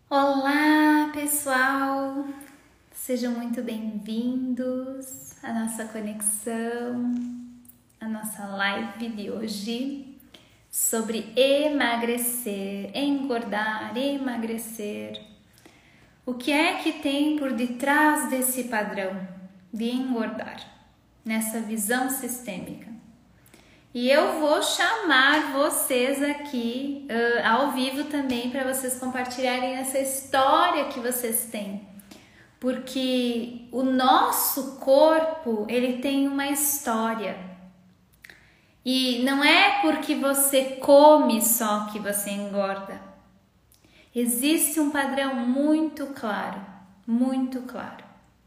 Olá, pessoal! Sejam muito bem-vindos à nossa conexão, à nossa live de hoje sobre emagrecer, engordar, emagrecer. O que é que tem por detrás desse padrão de engordar, nessa visão sistêmica? E eu vou chamar vocês aqui ao vivo também para vocês compartilharem essa história que vocês têm. Porque o nosso corpo, ele tem uma história. E não é porque você come só que você engorda. Existe um padrão muito claro, muito claro.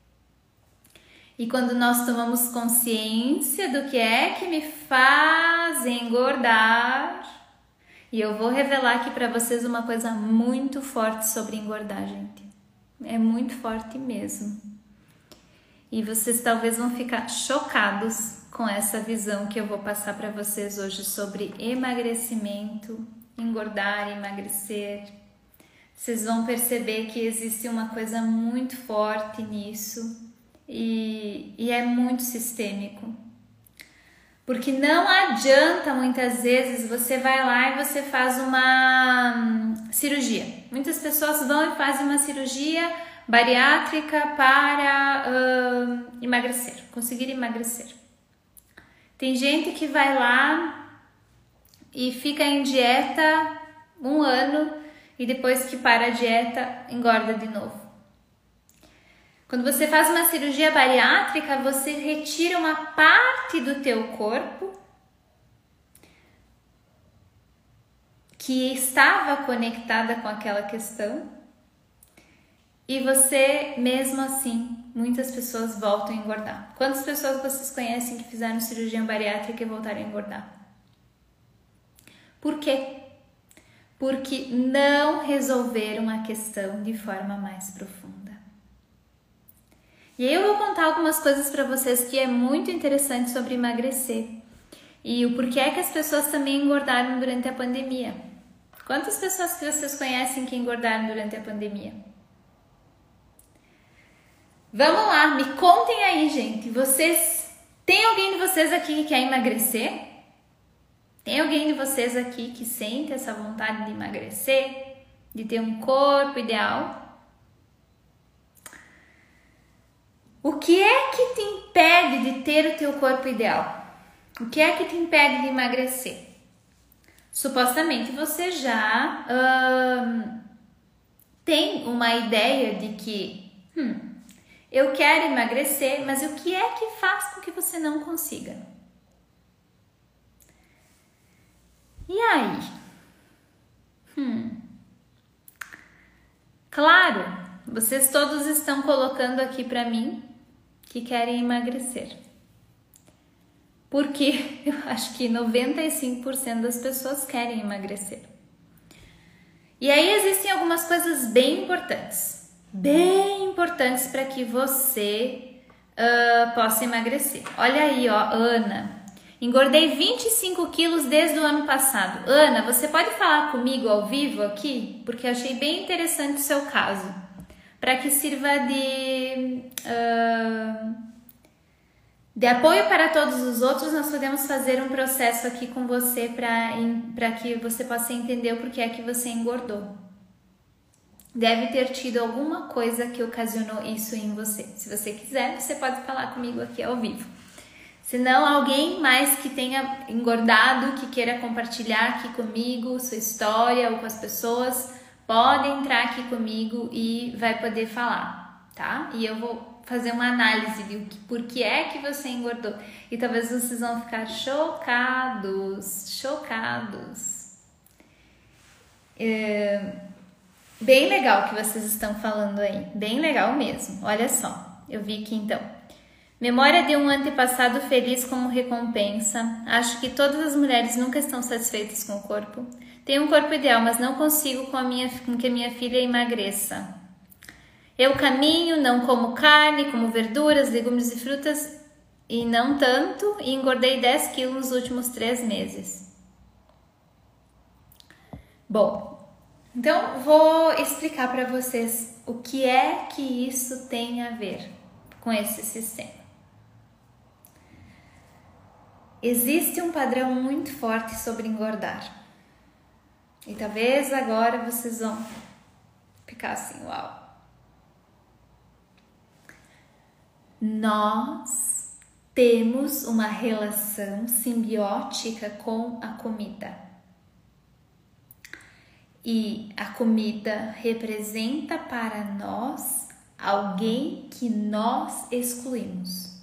E quando nós tomamos consciência do que é que me faz engordar, e eu vou revelar aqui para vocês uma coisa muito forte sobre engordar, gente. É muito forte mesmo. E vocês talvez vão ficar chocados com essa visão que eu vou passar para vocês hoje sobre emagrecimento, engordar, emagrecer. Vocês vão perceber que existe uma coisa muito forte nisso. E é muito sistêmico, porque não adianta muitas vezes você vai lá e você faz uma cirurgia. Muitas pessoas vão e fazem uma cirurgia bariátrica para emagrecer, conseguir emagrecer. Tem gente que vai lá e fica em dieta 1 ano e depois que para a dieta engorda de novo. Quando você faz uma cirurgia bariátrica, você retira uma parte do teu corpo que estava conectada com aquela questão e você, mesmo assim, muitas pessoas voltam a engordar. Quantas pessoas vocês conhecem que fizeram cirurgia bariátrica e voltaram a engordar? Por quê? Porque não resolveram a questão de forma mais profunda. E aí eu vou contar algumas coisas para vocês que é muito interessante sobre emagrecer e o porquê é que as pessoas também engordaram durante a pandemia. Quantas pessoas que vocês conhecem que engordaram durante a pandemia? Vamos lá, me contem aí, gente. Tem alguém de vocês aqui que quer emagrecer? Tem alguém de vocês aqui que sente essa vontade de emagrecer, de ter um corpo ideal? O que é que te impede de ter o teu corpo ideal? O que é que te impede de emagrecer? Supostamente você já tem uma ideia de que eu quero emagrecer, mas o que é que faz com que você não consiga? E aí? Claro, vocês todos estão colocando aqui para mim que querem emagrecer. Porque eu acho que 95% das pessoas querem emagrecer. E aí existem algumas coisas bem importantes para que você possa emagrecer. Olha aí, ó, Ana. Engordei 25 quilos desde o ano passado. Ana, você pode falar comigo ao vivo aqui? Porque eu achei bem interessante o seu caso. Para que sirva de apoio para todos os outros, nós podemos fazer um processo aqui com você para que você possa entender o porquê é que você engordou. Deve ter tido alguma coisa que ocasionou isso em você. Se você quiser, você pode falar comigo aqui ao vivo. Se não, alguém mais que tenha engordado, que queira compartilhar aqui comigo sua história ou com as pessoas, pode entrar aqui comigo e vai poder falar, tá? E eu vou fazer uma análise de por que é que você engordou. E talvez vocês vão ficar chocados. Bem legal que vocês estão falando aí, bem legal mesmo. Olha só, eu vi aqui então. Memória de um antepassado feliz como recompensa. Acho que todas as mulheres nunca estão satisfeitas com o corpo. Tenho um corpo ideal, mas não consigo com que a minha filha emagreça. Eu caminho, não como carne, como verduras, legumes e frutas e não tanto, e engordei 10 quilos nos últimos 3 meses. Bom, Então, vou explicar para vocês o que é que isso tem a ver com esse sistema. Existe um padrão muito forte sobre engordar. E talvez agora vocês vão ficar assim, uau. Nós temos uma relação simbiótica com a comida. E a comida representa para nós alguém que nós excluímos.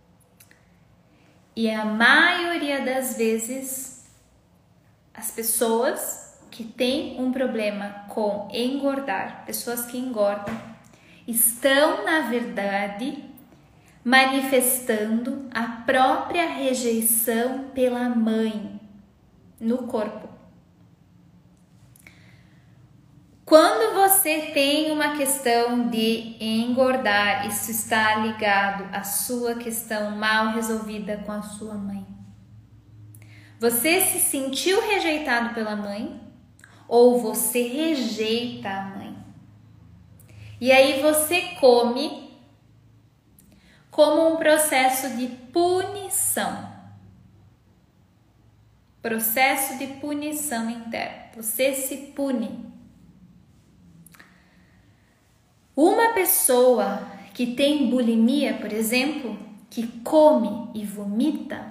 E a maioria das vezes, as pessoas que têm um problema com engordar, pessoas que engordam, estão, na verdade, manifestando a própria rejeição pela mãe no corpo. Quando você tem uma questão de engordar, isso está ligado à sua questão mal resolvida com a sua mãe. Você se sentiu rejeitado pela mãe ou você rejeita a mãe? E aí você come como um processo de punição. Processo de punição interna. Você se pune. Uma pessoa que tem bulimia, por exemplo, que come e vomita,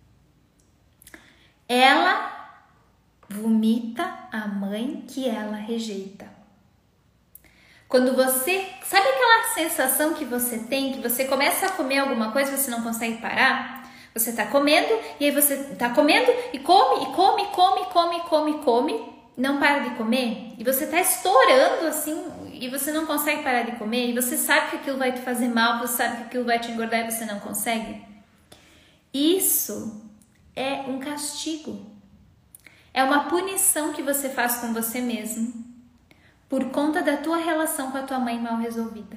ela vomita a mãe que ela rejeita. Quando você... Sabe aquela sensação que você tem, que você começa a comer alguma coisa e você não consegue parar? Você tá comendo e aí você tá comendo e come, não para de comer, e você tá estourando assim, e você não consegue parar de comer, e você sabe que aquilo vai te fazer mal, você sabe que aquilo vai te engordar e você não consegue. Isso é um castigo. É uma punição que você faz com você mesmo por conta da tua relação com a tua mãe mal resolvida.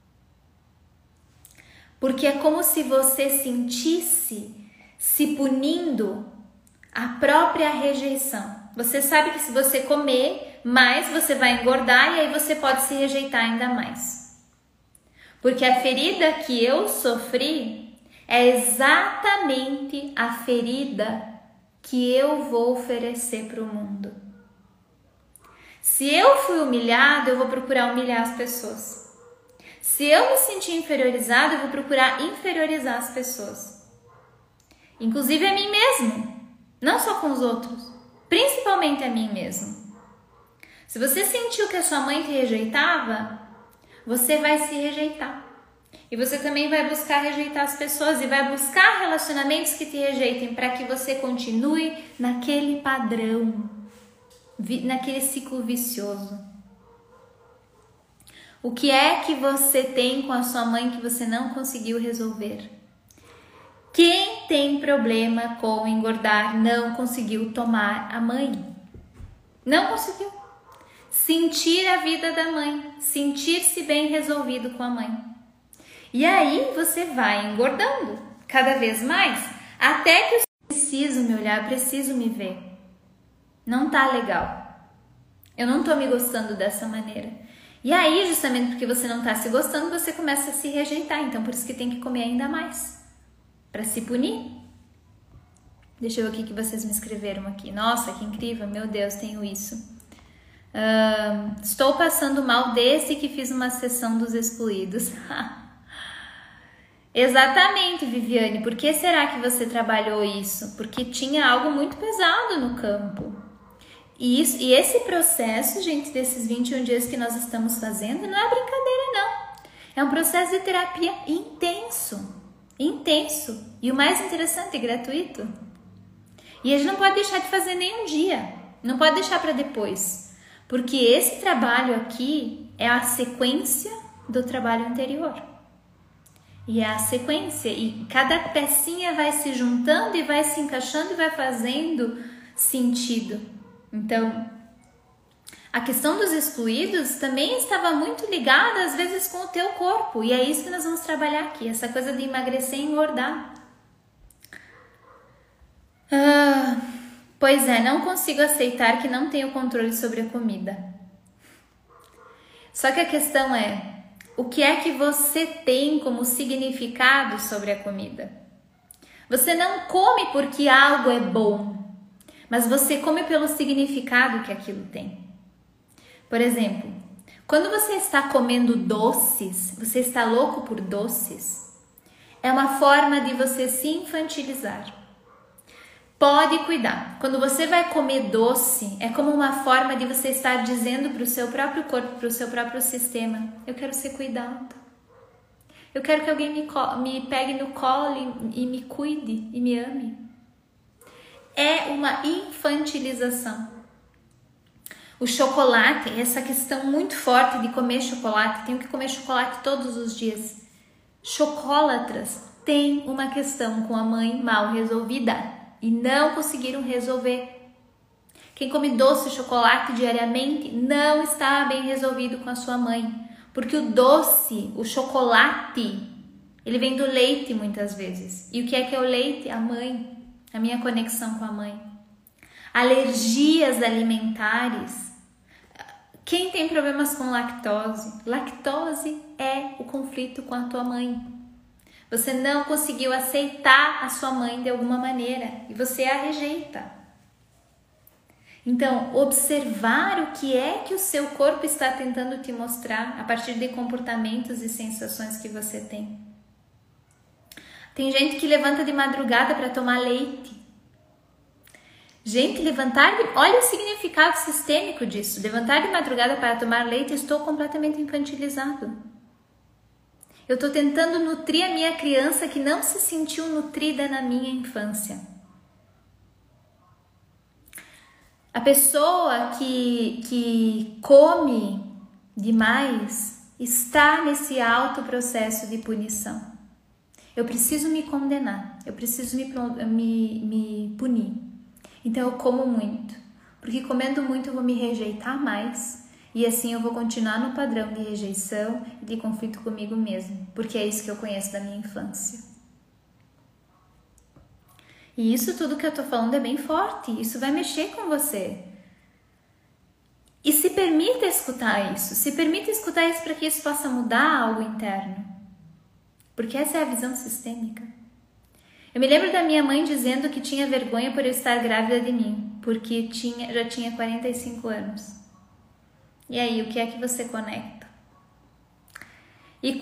Porque é como se você sentisse se punindo a própria rejeição. Você sabe que se você comer mais, você vai engordar e aí você pode se rejeitar ainda mais. Porque a ferida que eu sofri é exatamente a ferida que eu vou oferecer para o mundo. Se eu fui humilhado, eu vou procurar humilhar as pessoas. Se eu me sentir inferiorizado, eu vou procurar inferiorizar as pessoas. Inclusive a mim mesmo, não só com os outros. Principalmente a mim mesmo. Se você sentiu que a sua mãe te rejeitava, você vai se rejeitar. E você também vai buscar rejeitar as pessoas e vai buscar relacionamentos que te rejeitem para que você continue naquele padrão, naquele ciclo vicioso. O que é que você tem com a sua mãe que você não conseguiu resolver? Quem tem problema com engordar não conseguiu tomar a mãe. Não conseguiu. Sentir a vida da mãe. Sentir-se bem resolvido com a mãe. E aí você vai engordando cada vez mais. Até que eu preciso me olhar, preciso me ver. Não tá legal. Eu não tô me gostando dessa maneira. E aí, justamente porque você não tá se gostando, você começa a se rejeitar. Então, por isso que tem que comer ainda mais. Para se punir. Deixa eu ver o que vocês me escreveram aqui. Nossa, que incrível, meu Deus, tenho isso. Estou passando mal desde que fiz uma sessão dos excluídos. Exatamente, Viviane. Por que será que você trabalhou isso? Porque tinha algo muito pesado no campo. E esse processo, gente, desses 21 dias que nós estamos fazendo, não é brincadeira, não. É um processo de terapia intenso. Intenso. E o mais interessante, gratuito. E a gente não pode deixar de fazer nem um dia. Não pode deixar para depois. Porque esse trabalho aqui é a sequência do trabalho anterior. E é a sequência. E cada pecinha vai se juntando e vai se encaixando e vai fazendo sentido. Então, a questão dos excluídos também estava muito ligada, às vezes, com o teu corpo. E é isso que nós vamos trabalhar aqui. Essa coisa de emagrecer e engordar. Pois é, não consigo aceitar que não tenho controle sobre a comida. Só que a questão é, o que é que você tem como significado sobre a comida? Você não come porque algo é bom, mas você come pelo significado que aquilo tem. Por exemplo, quando você está comendo doces, você está louco por doces, é uma forma de você se infantilizar. Pode cuidar. Quando você vai comer doce, é como uma forma de você estar dizendo para o seu próprio corpo, para o seu próprio sistema: eu quero ser cuidado. Eu quero que alguém me pegue no colo e me cuide e me ame. É uma infantilização. O chocolate, essa questão muito forte de comer chocolate, tenho que comer chocolate todos os dias. Chocolatras têm uma questão com a mãe mal resolvida e não conseguiram resolver. Quem come doce e chocolate diariamente não está bem resolvido com a sua mãe, porque o doce, o chocolate, ele vem do leite muitas vezes. E o que é o leite? A mãe, a minha conexão com a mãe. Alergias alimentares. Quem tem problemas com lactose? Lactose é o conflito com a tua mãe. Você não conseguiu aceitar a sua mãe de alguma maneira e você a rejeita. Então, observar o que é que o seu corpo está tentando te mostrar a partir de comportamentos e sensações que você tem. Tem gente que levanta de madrugada para tomar leite. Gente, olha o significado sistêmico disso. Levantar de madrugada para tomar leite, estou completamente infantilizado. Eu estou tentando nutrir a minha criança que não se sentiu nutrida na minha infância. A pessoa que come demais está nesse alto processo de punição. Eu preciso me condenar, eu preciso me punir. Então eu como muito, porque comendo muito eu vou me rejeitar mais. E assim eu vou continuar no padrão de rejeição e de conflito comigo mesmo, porque é isso que eu conheço da minha infância. E isso tudo que eu tô falando é bem forte, isso vai mexer com você. E se permita escutar isso para que isso possa mudar algo interno. Porque essa é a visão sistêmica. Eu me lembro da minha mãe dizendo que tinha vergonha por eu estar grávida de mim, porque já tinha 45 anos. E aí, o que é que você conecta? E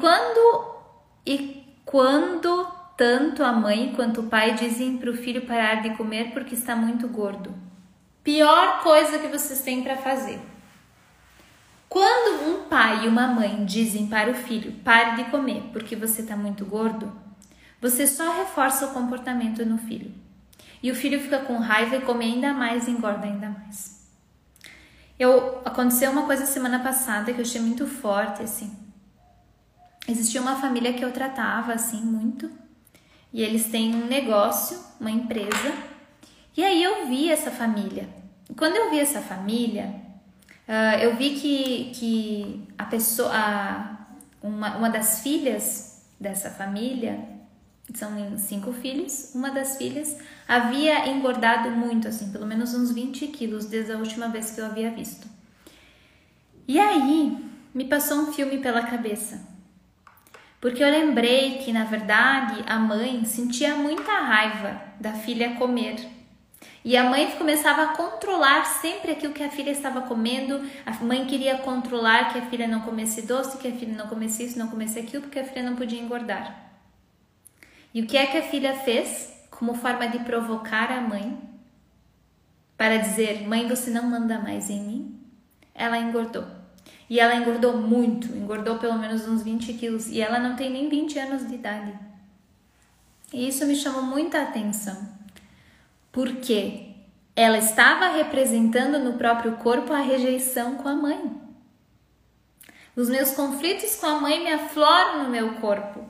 quando tanto a mãe quanto o pai dizem para o filho parar de comer porque está muito gordo? Pior coisa que vocês têm para fazer. Quando um pai e uma mãe dizem para o filho, pare de comer porque você está muito gordo, você só reforça o comportamento no filho. E o filho fica com raiva e come ainda mais e engorda ainda mais. Aconteceu uma coisa semana passada que eu achei muito forte, assim. Existia uma família que eu tratava, assim, muito. E eles têm um negócio, uma empresa. E aí eu vi essa família. E quando eu vi essa família, eu vi que a pessoa, uma das filhas dessa família, são 5 filhos, uma das filhas havia engordado muito, assim, pelo menos uns 20 quilos desde a última vez que eu havia visto. E aí, me passou um filme pela cabeça. Porque eu lembrei que, na verdade, a mãe sentia muita raiva da filha comer. E a mãe começava a controlar sempre aquilo que a filha estava comendo. A mãe queria controlar que a filha não comesse doce, que a filha não comesse isso, não comesse aquilo, porque a filha não podia engordar. E o que é que a filha fez como forma de provocar a mãe? Para dizer, mãe, você não manda mais em mim? Ela engordou. E ela engordou muito, engordou pelo menos uns 20 quilos. E ela não tem nem 20 anos de idade. E isso me chamou muita atenção. Porque ela estava representando no próprio corpo a rejeição com a mãe. Os meus conflitos com a mãe me afloram no meu corpo.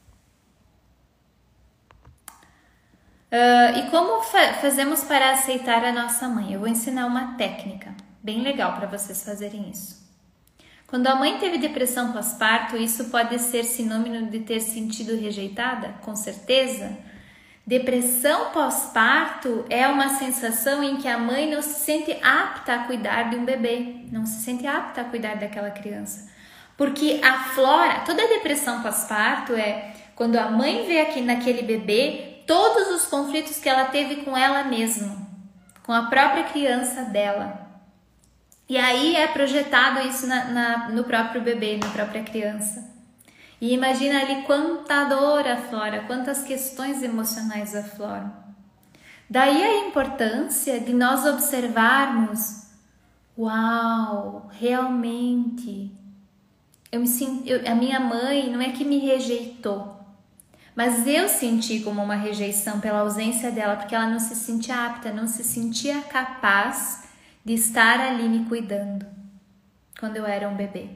E como fazemos para aceitar a nossa mãe? Eu vou ensinar uma técnica bem legal para vocês fazerem isso. Quando a mãe teve depressão pós-parto, isso pode ser sinônimo de ter sentido rejeitada? Com certeza. Depressão pós-parto é uma sensação em que a mãe não se sente apta a cuidar de um bebê, não se sente apta a cuidar daquela criança. Porque aflora, toda depressão pós-parto é quando a mãe vê aqui naquele bebê todos os conflitos que ela teve com ela mesma, com a própria criança dela. E aí é projetado isso no próprio bebê, na própria criança. E imagina ali quanta dor aflora, quantas questões emocionais afloram. Daí a importância de nós observarmos, uau, realmente, a minha mãe não é que me rejeitou, mas eu senti como uma rejeição pela ausência dela, porque ela não se sentia apta, não se sentia capaz de estar ali me cuidando quando eu era um bebê.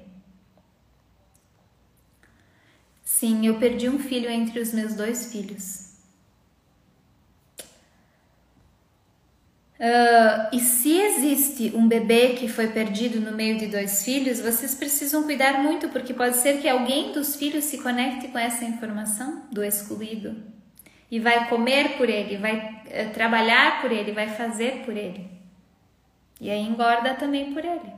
Sim, eu perdi um filho entre os meus 2 filhos. E se existe um bebê que foi perdido no meio de 2 filhos, vocês precisam cuidar muito, porque pode ser que alguém dos filhos se conecte com essa informação do excluído e vai comer por ele, vai trabalhar por ele, vai fazer por ele. E aí engorda também por ele.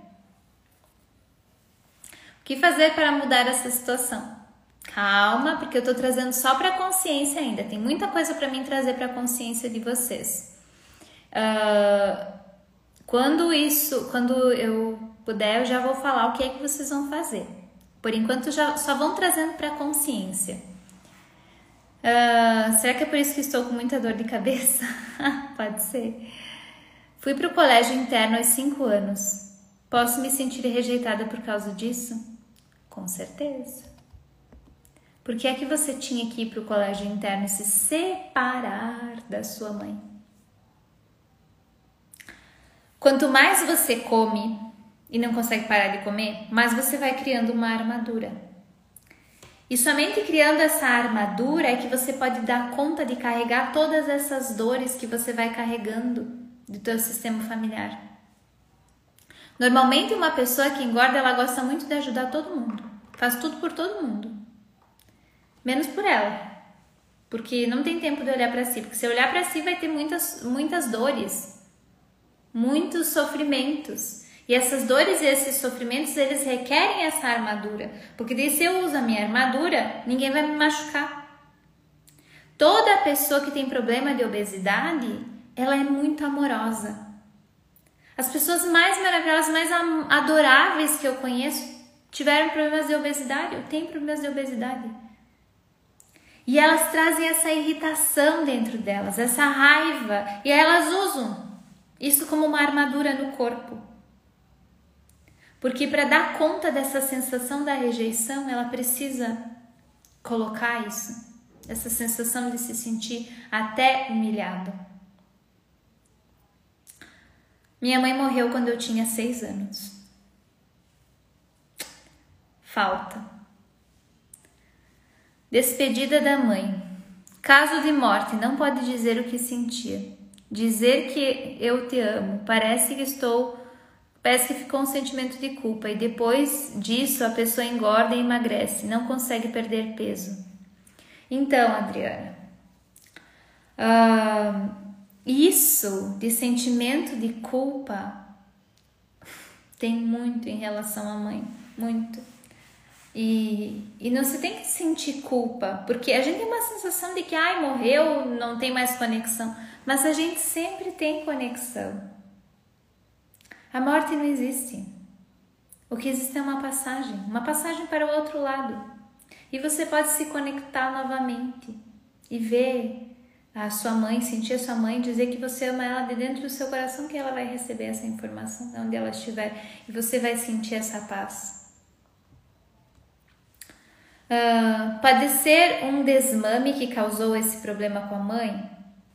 O que fazer para mudar essa situação? Calma, porque eu tô trazendo só para consciência ainda. Tem muita coisa para mim trazer para consciência de vocês. Quando eu puder, eu já vou falar o que é que vocês vão fazer. Por enquanto, já só vão trazendo para consciência. Será que é por isso que estou com muita dor de cabeça? Pode ser. Fui para o colégio interno aos 5 anos. Posso me sentir rejeitada por causa disso? Com certeza. Por que é que você tinha que ir para o colégio interno e se separar da sua mãe? Quanto mais você come e não consegue parar de comer, mais você vai criando uma armadura. E somente criando essa armadura é que você pode dar conta de carregar todas essas dores que você vai carregando do teu sistema familiar. Normalmente uma pessoa que engorda, ela gosta muito de ajudar todo mundo. Faz tudo por todo mundo. Menos por ela, porque não tem tempo de olhar para si, porque se olhar para si vai ter muitas dores, muitos sofrimentos, e essas dores e esses sofrimentos, eles requerem essa armadura, porque daí se eu uso a minha armadura, ninguém vai me machucar. Toda pessoa que tem problema de obesidade, ela é muito amorosa. As pessoas mais maravilhosas, mais adoráveis que eu conheço, tiveram problemas de obesidade, ou têm problemas de obesidade. E elas trazem essa irritação dentro delas, essa raiva, e elas usam isso como uma armadura no corpo. Porque para dar conta dessa sensação da rejeição, ela precisa colocar isso, essa sensação de se sentir até humilhado. Minha mãe morreu quando eu tinha 6 anos. Falta. Despedida da mãe. Caso de morte, não pode dizer o que sentia. Dizer que eu te amo. Parece que ficou um sentimento de culpa. E depois disso a pessoa engorda e emagrece. Não consegue perder peso. Então, Adriana, isso de sentimento de culpa tem muito em relação à mãe. Muito. E não se tem que sentir culpa, porque a gente tem uma sensação de que morreu, não tem mais conexão, mas a gente sempre tem conexão. A morte não existe. O que existe é uma passagem para o outro lado. E você pode se conectar novamente e ver a sua mãe, sentir a sua mãe, dizer que você ama ela de dentro do seu coração, que ela vai receber essa informação onde ela estiver e você vai sentir essa paz. Padecer um desmame que causou esse problema com a mãe?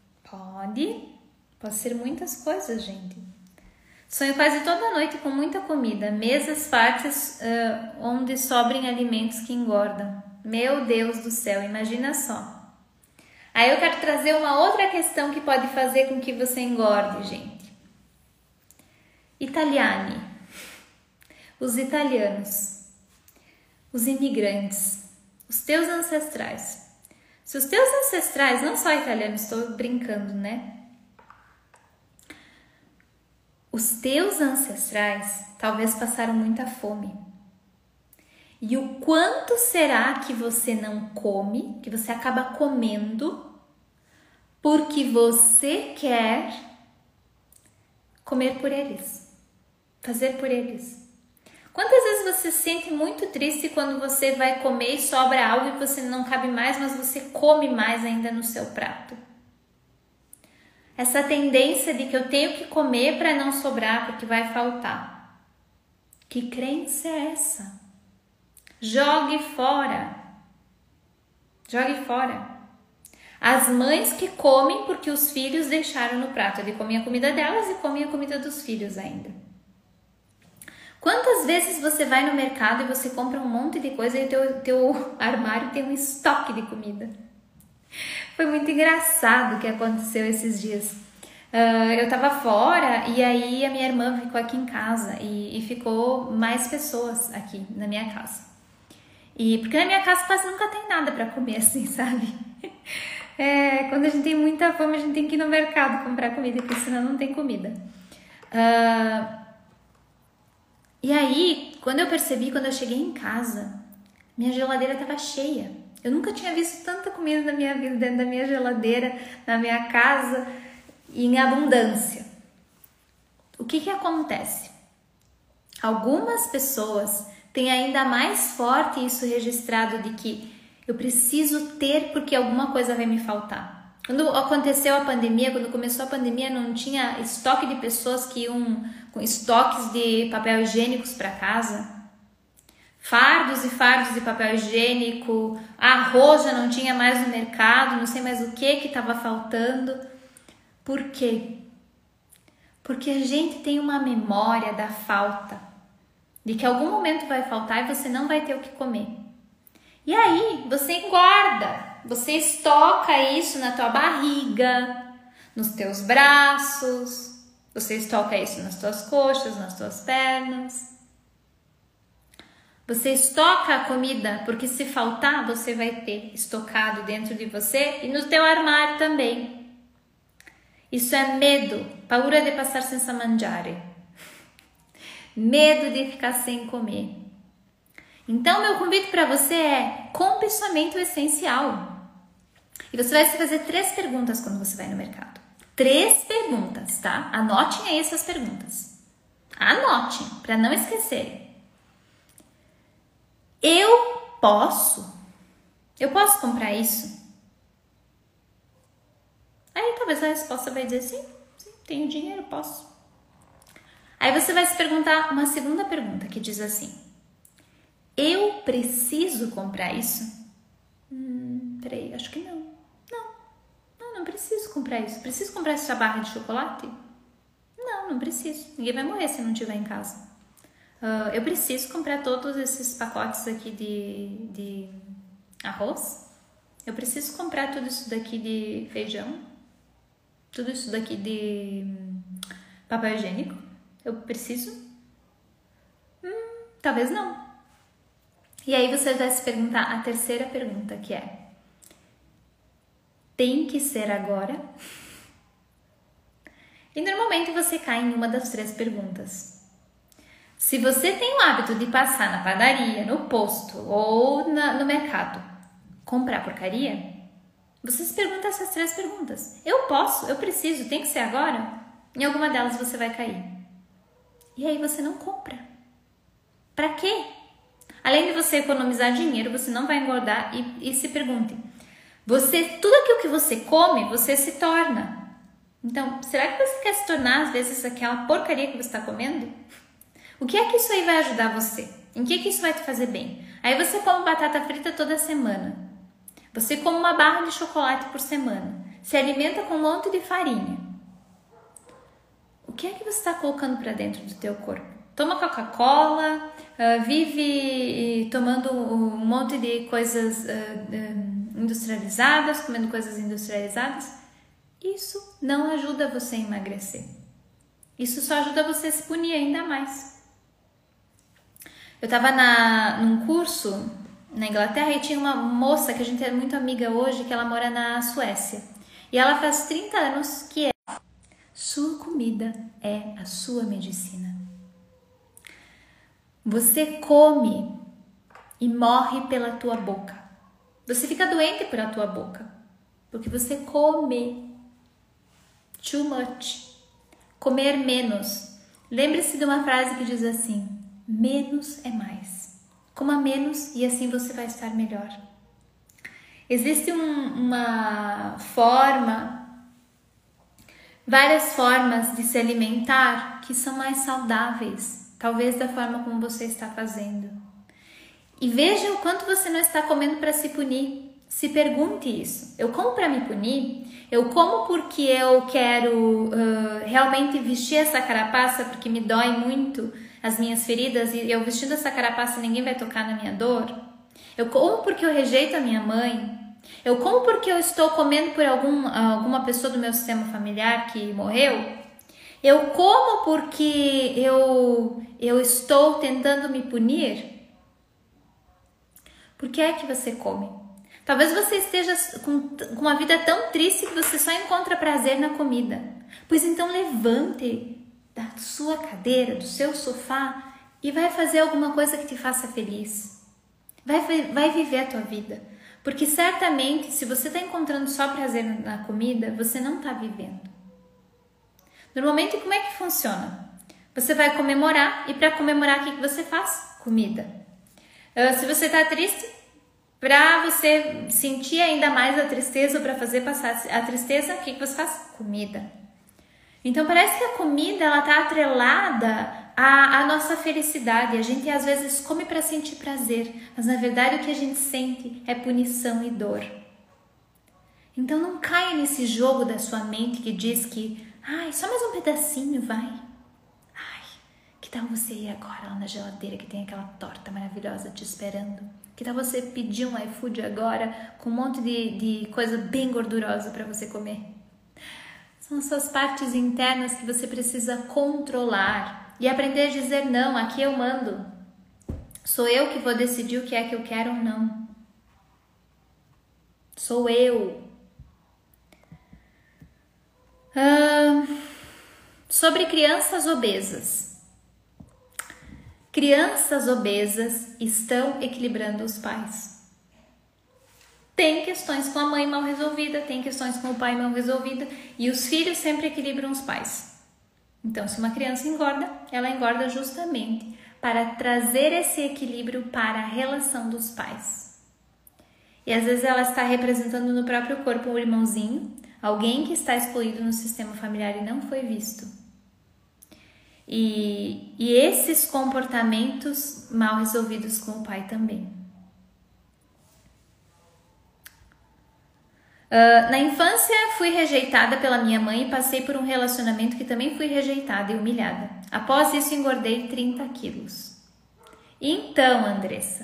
Pode ser muitas coisas, gente. Sonho quase toda noite com muita comida, mesas fartas onde sobrem alimentos que engordam. Meu Deus do céu, imagina só. Aí eu quero trazer uma outra questão que pode fazer com que você engorde, gente. Italiani. Os italianos. Os imigrantes. Os teus ancestrais. Se os teus ancestrais, não só italianos, estou brincando, né? Os teus ancestrais talvez passaram muita fome. E o quanto será que você não come, que você acaba comendo, porque você quer comer por eles, fazer por eles? Quantas vezes você se sente muito triste quando você vai comer e sobra algo e você não cabe mais, mas você come mais ainda no seu prato? Essa tendência de que eu tenho que comer para não sobrar, porque vai faltar. Que crença é essa? Jogue fora. Jogue fora. As mães que comem porque os filhos deixaram no prato. Ele comia a comida delas e comia a comida dos filhos ainda. Quantas vezes você vai no mercado e você compra um monte de coisa e teu armário tem um estoque de comida? Foi muito engraçado o que aconteceu esses dias. Eu tava fora e aí a minha irmã ficou aqui em casa e ficou mais pessoas aqui na minha casa. Porque na minha casa quase nunca tem nada pra comer assim, sabe? Quando a gente tem muita fome, a gente tem que ir no mercado comprar comida, porque senão não tem comida. E aí, quando eu cheguei em casa, minha geladeira estava cheia. Eu nunca tinha visto tanta comida na minha vida, dentro da minha geladeira, na minha casa, em abundância. O que acontece? Algumas pessoas têm ainda mais forte isso registrado de que eu preciso ter porque alguma coisa vai me faltar. Quando aconteceu a pandemia, quando começou a pandemia, não tinha estoque de pessoas que iam com estoques de papel higiênicos para casa. Fardos e fardos de papel higiênico, arroz já não tinha mais no mercado, não sei mais o que estava faltando. Por quê? Porque a gente tem uma memória da falta, de que algum momento vai faltar e você não vai ter o que comer. E aí você engorda, você estoca isso na tua barriga, nos teus braços, você estoca isso nas tuas coxas, nas tuas pernas. Você estoca a comida porque se faltar você vai ter estocado dentro de você e no teu armário também. Isso é medo, paura de passar senza mangiare. Medo de ficar sem comer. Então, meu convite para você é: compre somente o essencial. E você vai se fazer 3 perguntas quando você vai no mercado. 3 perguntas, tá? Anotem aí essas perguntas. Anotem, para não esquecerem. Eu posso comprar isso? Aí talvez a resposta vai dizer sim, tenho dinheiro, posso. Aí você vai se perguntar uma segunda pergunta que diz assim: eu preciso comprar isso? Peraí, acho que não. Não preciso comprar isso. Preciso comprar essa barra de chocolate? Não preciso. Ninguém vai morrer se não tiver em casa. Eu preciso comprar todos esses pacotes aqui de arroz? Eu preciso comprar tudo isso daqui de feijão? Tudo isso daqui de papel higiênico? Eu preciso? Talvez não. E aí você vai se perguntar a terceira pergunta, que é: tem que ser agora? E normalmente você cai em uma das 3 perguntas. Se você tem o hábito de passar na padaria, no posto ou no mercado, comprar porcaria, você se pergunta essas 3 perguntas. Eu posso? Eu preciso? Tem que ser agora? Em alguma delas você vai cair. E aí você não compra. Pra quê? Além de você economizar dinheiro, você não vai engordar e se pergunte: tudo aquilo que você come, você se torna. Então, será que você quer se tornar, às vezes, aquela porcaria que você está comendo? O que é que isso aí vai ajudar você? Em que isso vai te fazer bem? Aí você come batata frita toda semana. Você come uma barra de chocolate por semana. Se alimenta com um monte de farinha. O que é que você está colocando para dentro do teu corpo? Toma Coca-Cola, vive tomando um monte de coisas industrializadas, comendo coisas industrializadas. Isso não ajuda você a emagrecer. Isso só ajuda você a se punir ainda mais. Eu estava num curso na Inglaterra e tinha uma moça que a gente é muito amiga hoje, que ela mora na Suécia. E ela faz 30 anos que sua comida é a sua medicina. Você come e morre pela tua boca. Você fica doente pela tua boca, porque você come too much. Comer menos. Lembre-se de uma frase que diz assim: menos é mais. Coma menos e assim você vai estar melhor. Existe várias formas de se alimentar que são mais saudáveis, talvez da forma como você está fazendo. E veja o quanto você não está comendo para se punir. Se pergunte isso. Eu como para me punir? Eu como porque eu quero realmente vestir essa carapaça porque me dói muito as minhas feridas e eu vestindo essa carapaça ninguém vai tocar na minha dor? Eu como porque eu rejeito a minha mãe? Eu como porque eu estou comendo por alguma pessoa do meu sistema familiar que morreu? Eu como porque eu estou tentando me punir? Por que é que você come? Talvez você esteja com uma vida tão triste que você só encontra prazer na comida. Pois então levante da sua cadeira, do seu sofá e vai fazer alguma coisa que te faça feliz. Vai viver a tua vida. Porque certamente, se você está encontrando só prazer na comida, você não está vivendo. Normalmente, como é que funciona? Você vai comemorar e para comemorar, o que você faz? Comida. Se você está triste, para você sentir ainda mais a tristeza ou para fazer passar a tristeza, o que você faz? Comida. Então parece que a comida ela está atrelada à nossa felicidade. A gente às vezes come para sentir prazer, mas na verdade o que a gente sente é punição e dor. Então não caia nesse jogo da sua mente que diz que só mais um pedacinho vai. Que tal você ir agora lá na geladeira que tem aquela torta maravilhosa te esperando? Que tal você pedir um iFood agora com um monte de coisa bem gordurosa para você comer? São as suas partes internas que você precisa controlar e aprender a dizer não, aqui eu mando. Sou eu que vou decidir o que é que eu quero ou não. Sou eu. Sobre crianças obesas. Crianças obesas estão equilibrando os pais. Tem questões com a mãe mal resolvida, tem questões com o pai mal resolvida e os filhos sempre equilibram os pais. Então, se uma criança engorda, ela engorda justamente para trazer esse equilíbrio para a relação dos pais. E às vezes ela está representando no próprio corpo um irmãozinho, alguém que está excluído no sistema familiar e não foi visto. E esses comportamentos mal resolvidos com o pai também. Na infância fui rejeitada pela minha mãe e passei por um relacionamento que também fui rejeitada e humilhada. Após isso engordei 30 quilos. Então, Andressa,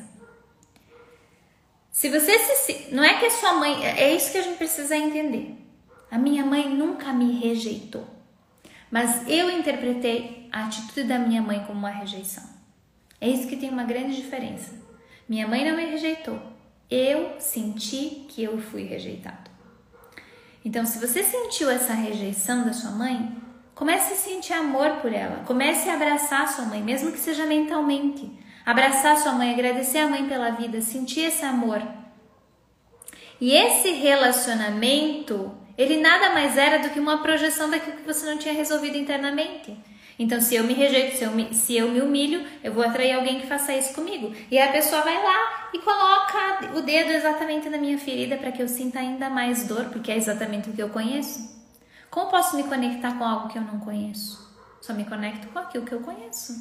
se você não é que a sua mãe, é isso que a gente precisa entender. A minha mãe nunca me rejeitou, mas eu interpretei a atitude da minha mãe como uma rejeição. É isso que tem uma grande diferença. Minha mãe não me rejeitou, eu senti que eu fui rejeitado. Então, se você sentiu essa rejeição da sua mãe, comece a sentir amor por ela. Comece a abraçar a sua mãe, mesmo que seja mentalmente. Abraçar a sua mãe, agradecer a mãe pela vida, sentir esse amor. E esse relacionamento, ele nada mais era do que uma projeção daquilo que você não tinha resolvido internamente. Então, se eu me rejeito, se eu me humilho, eu vou atrair alguém que faça isso comigo. E a pessoa vai lá e coloca o dedo exatamente na minha ferida para que eu sinta ainda mais dor, porque é exatamente o que eu conheço. Como posso me conectar com algo que eu não conheço? Só me conecto com aquilo que eu conheço.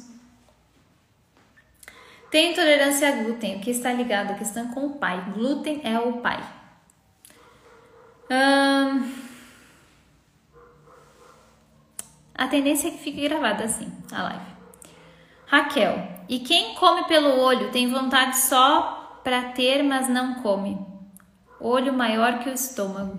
Tem intolerância a glúten, o que está ligado à questão com o pai. Glúten é o pai. A tendência é que fique gravada assim, a live. Raquel, e quem come pelo olho tem vontade só para ter, mas não come. Olho maior que o estômago.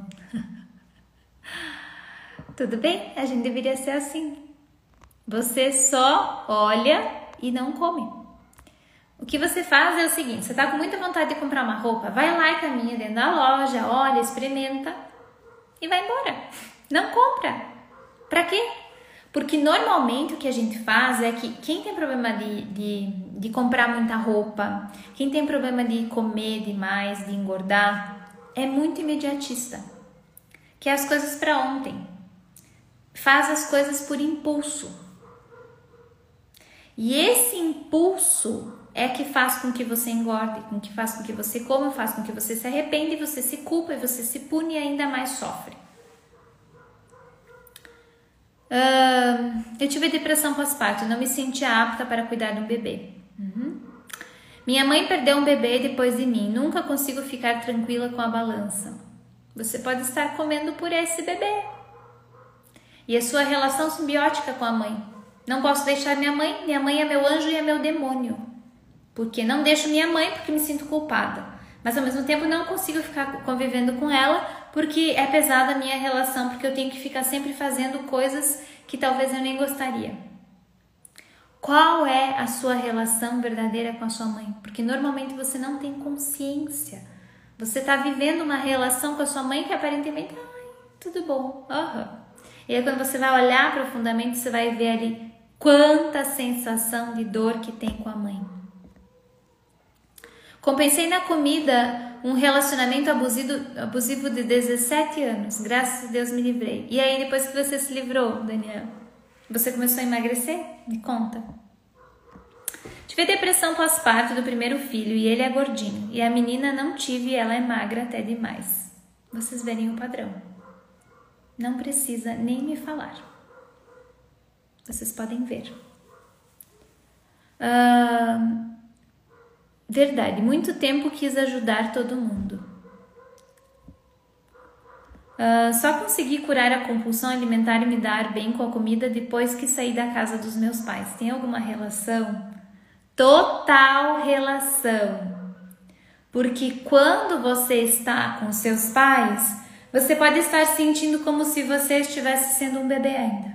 Tudo bem? A gente deveria ser assim. Você só olha e não come. O que você faz é o seguinte, você tá com muita vontade de comprar uma roupa, vai lá e caminha dentro da loja, olha, experimenta e vai embora. Não compra. Pra quê? Porque normalmente o que a gente faz é que quem tem problema de comprar muita roupa, quem tem problema de comer demais, de engordar, é muito imediatista. Quer as coisas para ontem. Faz as coisas por impulso. E esse impulso é que faz com que você engorde, com que faz com que você coma, faz com que você se arrependa, você se culpa e você se pune e ainda mais sofre. Eu tive depressão pós-parto, não me sentia apta para cuidar de um bebê. Minha mãe perdeu um bebê depois de mim, nunca consigo ficar tranquila com a balança. Você pode estar comendo por esse bebê. E a sua relação simbiótica com a mãe. Não posso deixar minha mãe é meu anjo e é meu demônio. Porque não deixo minha mãe porque me sinto culpada. Mas ao mesmo tempo não consigo ficar convivendo com ela porque é pesada a minha relação, porque eu tenho que ficar sempre fazendo coisas que talvez eu nem gostaria. Qual é a sua relação verdadeira com a sua mãe? Porque normalmente você não tem consciência. Você está vivendo uma relação com a sua mãe que aparentemente, tudo bom. E aí quando você vai olhar profundamente, você vai ver ali quanta sensação de dor que tem com a mãe. Compensei na comida um relacionamento abusivo de 17 anos. Graças a Deus me livrei. E aí, depois que você se livrou, Daniel, você começou a emagrecer? Me conta. Tive depressão pós-parto do primeiro filho e ele é gordinho. E a menina não tive e ela é magra até demais. Vocês verem o padrão. Não precisa nem me falar. Vocês podem ver. Verdade, muito tempo quis ajudar todo mundo. Só consegui curar a compulsão alimentar e me dar bem com a comida depois que saí da casa dos meus pais. Tem alguma relação? Total relação. Porque quando você está com seus pais, você pode estar sentindo como se você estivesse sendo um bebê ainda.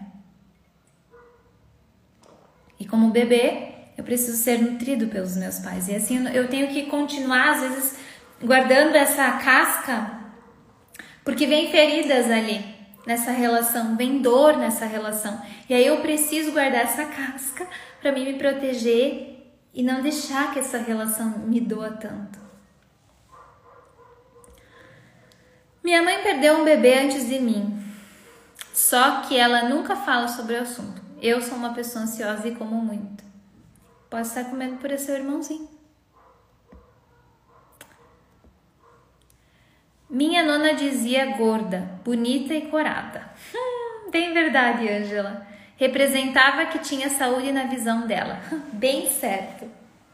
E como bebê, eu preciso ser nutrido pelos meus pais. E assim eu tenho que continuar, às vezes, guardando essa casca, porque vem feridas ali nessa relação, vem dor nessa relação. E aí eu preciso guardar essa casca para mim me proteger e não deixar que essa relação me doa tanto. Minha mãe perdeu um bebê antes de mim, só que ela nunca fala sobre o assunto. Eu sou uma pessoa ansiosa e como muito. Pode estar comendo por esse seu irmãozinho. Minha nona dizia gorda, bonita e corada. Bem verdade, Ângela. Representava que tinha saúde na visão dela. Bem certo.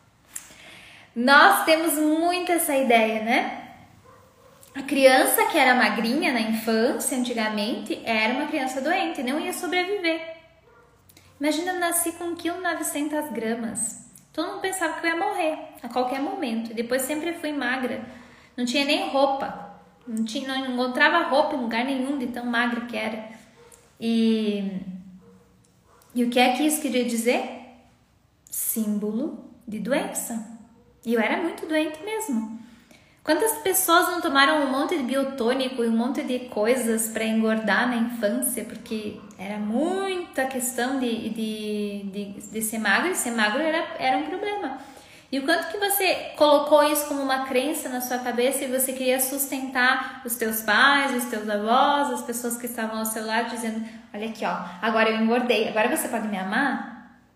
Nós temos muito essa ideia, né? A criança que era magrinha na infância, antigamente, era uma criança doente, não ia sobreviver. Imagina, eu nasci com 1,9 kg. Todo mundo pensava que eu ia morrer a qualquer momento. Depois sempre fui magra. Não tinha nem roupa. Não encontrava roupa em lugar nenhum de tão magra que era. E o que é que isso queria dizer? Símbolo de doença. E eu era muito doente mesmo. Quantas pessoas não tomaram um monte de biotônico e um monte de coisas para engordar na infância, porque era muita questão de ser magro, e ser magro era um problema. E o quanto que você colocou isso como uma crença na sua cabeça e você queria sustentar os teus pais, os teus avós, as pessoas que estavam ao seu lado, dizendo, olha aqui, ó, agora eu engordei, agora você pode me amar?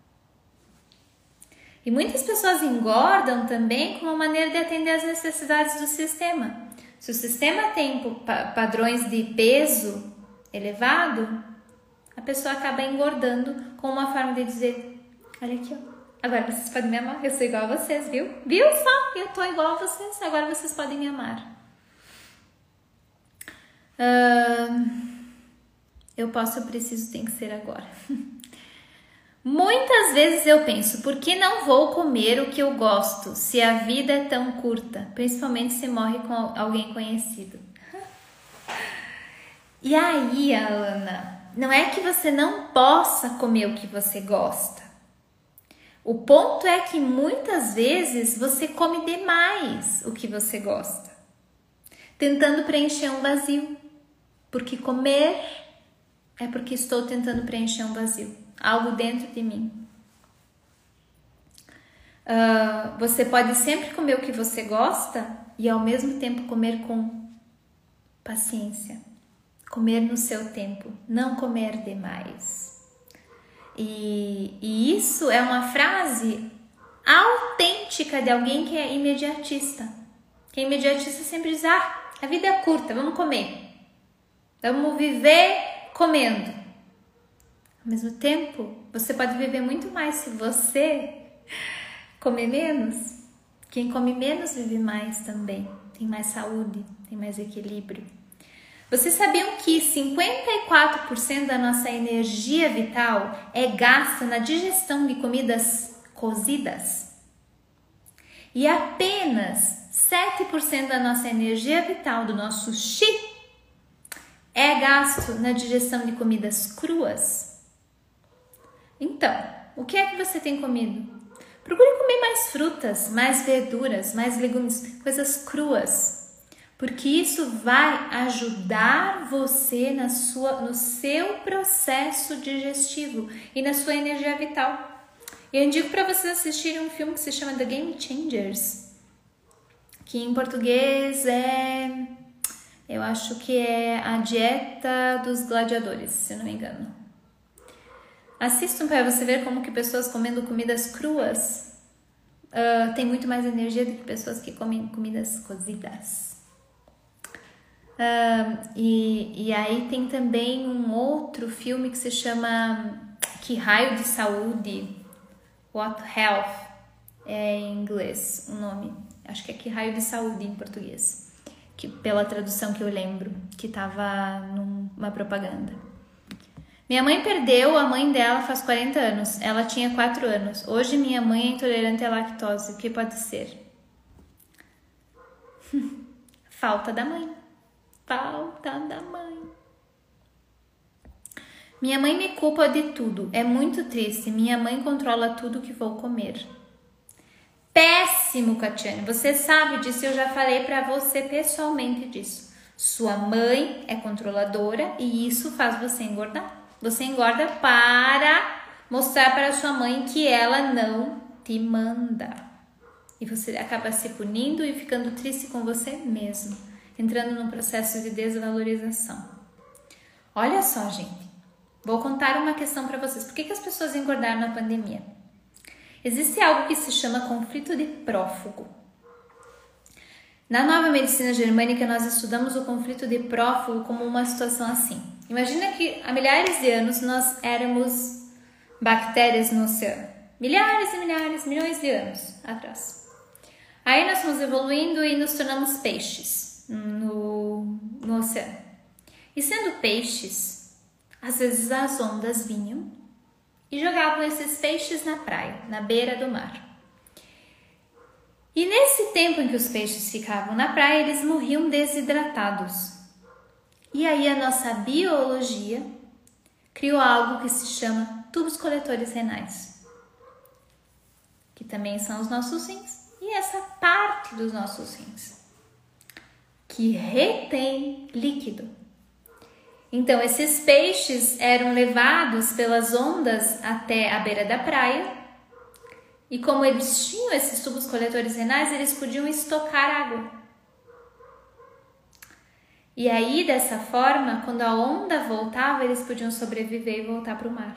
E muitas pessoas engordam também como uma maneira de atender às necessidades do sistema. Se o sistema tem padrões de peso elevado, a pessoa acaba engordando como uma forma de dizer, olha aqui, ó, agora vocês podem me amar, eu sou igual a vocês, viu? Viu só? Eu tô igual a vocês, agora vocês podem me amar. Eu preciso, tem que ser agora. Muitas vezes eu penso, por que não vou comer o que eu gosto, se a vida é tão curta, principalmente se morre com alguém conhecido? E aí, Ana, não é que você não possa comer o que você gosta, O ponto é que muitas vezes você come demais o que você gosta, tentando preencher um vazio. Porque comer é porque estou tentando preencher um vazio, algo dentro de mim. Você pode sempre comer o que você gosta e ao mesmo tempo comer com paciência, comer no seu tempo, não comer demais. E isso é uma frase autêntica de alguém que é imediatista. Quem é imediatista sempre diz: a vida é curta, vamos comer, vamos viver comendo. Ao mesmo tempo, você pode viver muito mais se você comer menos. Quem come menos vive mais também. Tem mais saúde, tem mais equilíbrio. Vocês sabiam que 54% da nossa energia vital é gasta na digestão de comidas cozidas? E apenas 7% da nossa energia vital, do nosso chi, é gasto na digestão de comidas cruas? Então, o que é que você tem comido? Procure comer mais frutas, mais verduras, mais legumes, coisas cruas, porque isso vai ajudar você no seu processo digestivo e na sua energia vital. Eu indico para vocês assistirem um filme que se chama The Game Changers, que em português eu acho que é A Dieta dos Gladiadores, se não me engano. Assistam para você ver como que pessoas comendo comidas cruas têm muito mais energia do que pessoas que comem comidas cozidas. E aí tem também um outro filme que se chama Que Raio de Saúde, What Health, é em inglês o nome. Acho que é Que Raio de Saúde em português, que, pela tradução que eu lembro, que estava numa propaganda. Minha mãe perdeu a mãe dela faz 40 anos. Ela tinha 4 anos. Hoje minha mãe é intolerante à lactose. O que pode ser? Falta da mãe. Falta da mãe. Minha mãe me culpa de tudo. É muito triste. Minha mãe controla tudo que vou comer. Péssimo, Catiane. Você sabe disso. Eu já falei pra você pessoalmente disso. Sua mãe é controladora e isso faz você engordar. Você engorda para mostrar para sua mãe que ela não te manda. E você acaba se punindo e ficando triste com você mesmo, entrando num processo de desvalorização. Olha só, gente. Vou contar uma questão para vocês. Por que as pessoas engordaram na pandemia? Existe algo que se chama conflito de prófugo. Na nova medicina germânica, nós estudamos o conflito de prófugo como uma situação assim. Imagina que há milhares de anos nós éramos bactérias no oceano. Milhares e milhares, milhões de anos atrás. Aí nós fomos evoluindo e nos tornamos peixes no oceano. E sendo peixes, às vezes as ondas vinham e jogavam esses peixes na praia, na beira do mar. E nesse tempo em que os peixes ficavam na praia, eles morriam desidratados. E aí a nossa biologia criou algo que se chama tubos coletores renais, que também são os nossos rins, e essa parte dos nossos rins, que retém líquido. Então esses peixes eram levados pelas ondas até a beira da praia, e como eles tinham esses tubos coletores renais, eles podiam estocar água. E aí, dessa forma, quando a onda voltava, eles podiam sobreviver e voltar para o mar.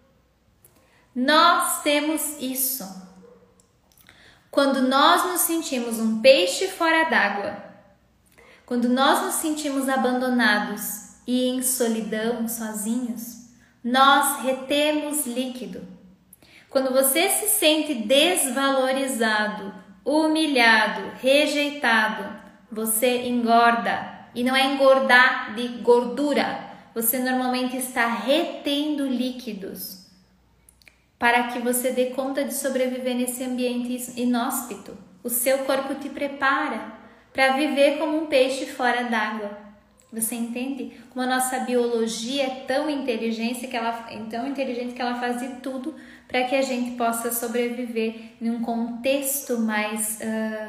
Nós temos isso. Quando nós nos sentimos um peixe fora d'água, quando nós nos sentimos abandonados e em solidão, sozinhos, nós retemos líquido. Quando você se sente desvalorizado, humilhado, rejeitado, você engorda. E não é engordar de gordura. Você normalmente está retendo líquidos para que você dê conta de sobreviver nesse ambiente inóspito. O seu corpo te prepara para viver como um peixe fora d'água. Você entende como a nossa biologia é tão inteligente que ela faz de tudo para que a gente possa sobreviver em um contexto mais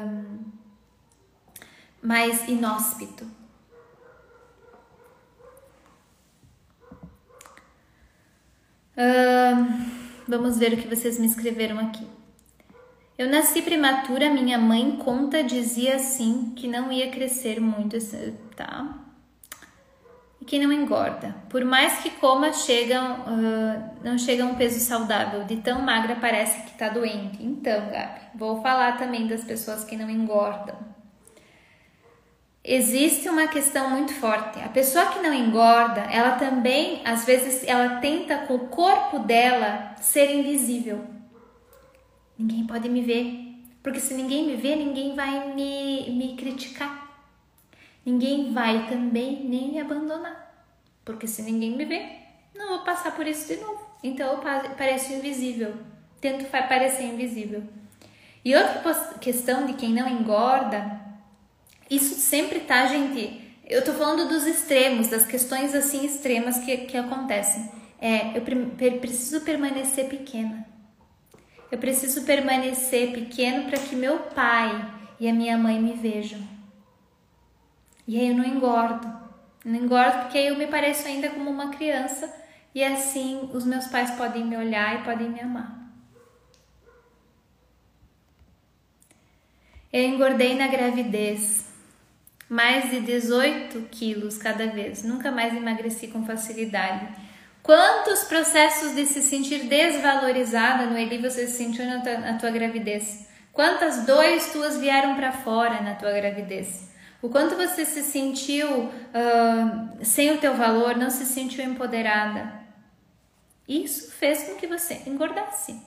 inóspito. Vamos ver o que vocês me escreveram aqui. Eu nasci prematura, minha mãe dizia assim que não ia crescer muito, tá? E que não engorda. Por mais que coma, não chega a um peso saudável. De tão magra parece que tá doente. Então, Gabi, vou falar também das pessoas que não engordam. Existe uma questão muito forte. A pessoa que não engorda, ela também, às vezes, ela tenta com o corpo dela ser invisível. Ninguém pode me ver. Porque se ninguém me vê, ninguém vai me criticar. Ninguém vai também nem me abandonar. Porque se ninguém me vê, não vou passar por isso de novo. Então eu pareço invisível. Tento parecer invisível. E outra questão de quem não engorda, isso sempre tá, gente. Eu tô falando dos extremos, das questões assim extremas que acontecem. Eu preciso permanecer pequena. Eu preciso permanecer pequeno para que meu pai e a minha mãe me vejam. E aí eu não engordo. Não engordo porque aí eu me pareço ainda como uma criança e assim os meus pais podem me olhar e podem me amar. Eu engordei na gravidez. Mais de 18 quilos cada vez. Nunca mais emagreci com facilidade. Quantos processos de se sentir desvalorizada, Noeli, você se sentiu na tua gravidez? Quantas dores tuas vieram para fora na tua gravidez? O quanto você se sentiu sem o teu valor, não se sentiu empoderada? Isso fez com que você engordasse.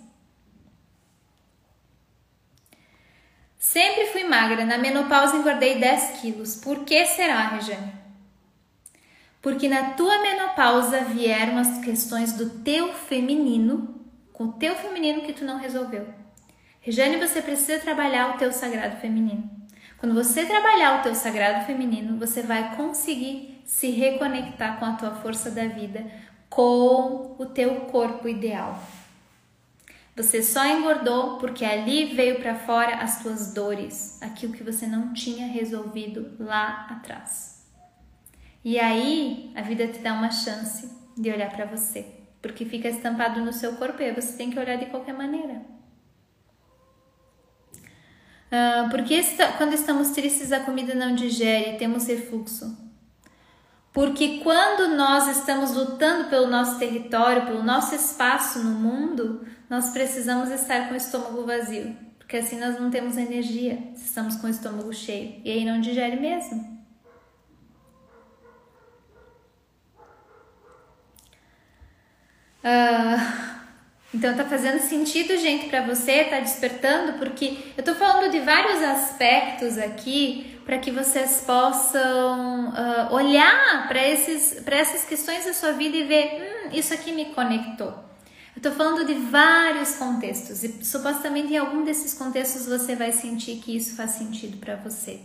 Sempre fui magra, na menopausa engordei 10 quilos. Por que será, Rejane? Porque na tua menopausa vieram as questões do teu feminino, com o teu feminino que tu não resolveu. Rejane, você precisa trabalhar o teu sagrado feminino. Quando você trabalhar o teu sagrado feminino, você vai conseguir se reconectar com a tua força da vida, com o teu corpo ideal. Você só engordou porque ali veio para fora as tuas dores, aquilo que você não tinha resolvido lá atrás. E aí a vida te dá uma chance de olhar para você, porque fica estampado no seu corpo e você tem que olhar de qualquer maneira. Porque quando estamos tristes a comida não digere, temos refluxo. Porque quando nós estamos lutando pelo nosso território, pelo nosso espaço no mundo, nós precisamos estar com o estômago vazio, porque assim nós não temos energia se estamos com o estômago cheio, e aí não digere mesmo. Então tá fazendo sentido, gente, pra você, tá despertando, porque eu tô falando de vários aspectos aqui para que vocês possam olhar para essas questões da sua vida e ver, isso aqui me conectou. Eu tô falando de vários contextos e supostamente em algum desses contextos você vai sentir que isso faz sentido para você.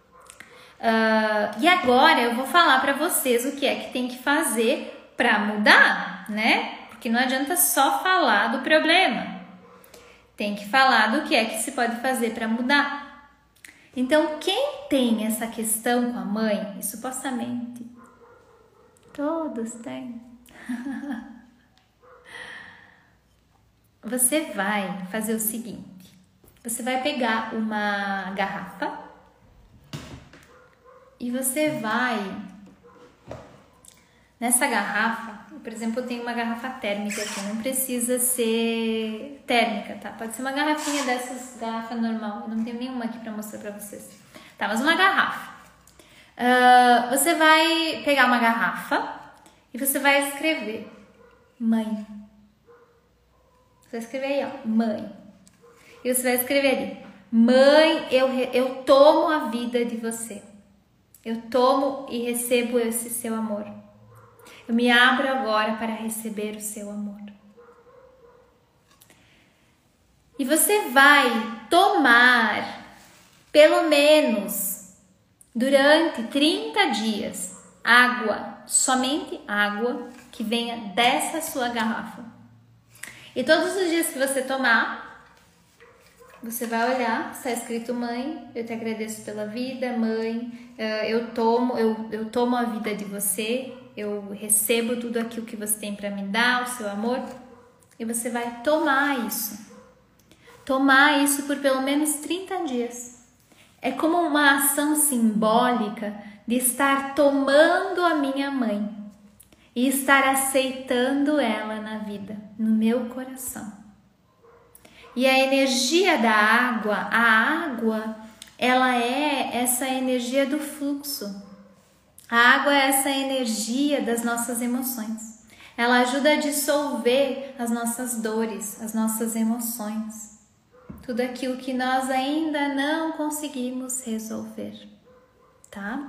E agora eu vou falar para vocês o que é que tem que fazer para mudar, né? Porque não adianta só falar do problema. Tem que falar do que é que se pode fazer para mudar. Então, quem tem essa questão com a mãe, e supostamente todos têm, você vai fazer o seguinte. Você vai pegar uma garrafa e você vai, nessa garrafa, por exemplo, eu tenho uma garrafa térmica aqui, não precisa ser térmica, tá? Pode ser uma garrafinha dessas, garrafa normal, eu não tenho nenhuma aqui pra mostrar pra vocês. Tá, mas uma garrafa. Você vai pegar uma garrafa e você vai escrever mãe. Você vai escrever aí, ó, mãe. E você vai escrever ali, mãe, eu tomo a vida de você. Eu tomo e recebo esse seu amor. Eu me abro agora para receber o seu amor. E você vai tomar, pelo menos, durante 30 dias, água, somente água que venha dessa sua garrafa. E todos os dias que você tomar, você vai olhar, está escrito: mãe, eu te agradeço pela vida, mãe, eu tomo a vida de você, eu recebo tudo aquilo que você tem para me dar, o seu amor, e você vai tomar isso por pelo menos 30 dias. É como uma ação simbólica de estar tomando a minha mãe e estar aceitando ela na vida, no meu coração. E a energia da água, a água, ela é essa energia do fluxo. A água é essa energia das nossas emoções. Ela ajuda a dissolver as nossas dores, as nossas emoções. Tudo aquilo que nós ainda não conseguimos resolver, tá?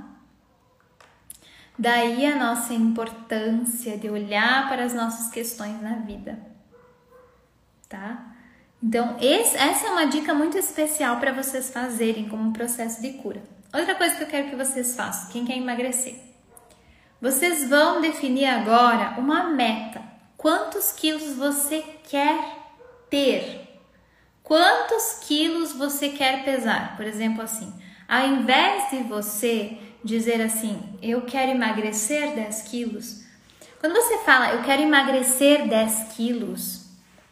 Daí a nossa importância de olhar para as nossas questões na vida, tá? Então, essa é uma dica muito especial para vocês fazerem como um processo de cura. Outra coisa que eu quero que vocês façam, quem quer emagrecer. Vocês vão definir agora uma meta. Quantos quilos você quer ter? Quantos quilos você quer pesar? Por exemplo, assim, ao invés de você dizer assim, eu quero emagrecer 10 quilos. Quando você fala, eu quero emagrecer 10 quilos,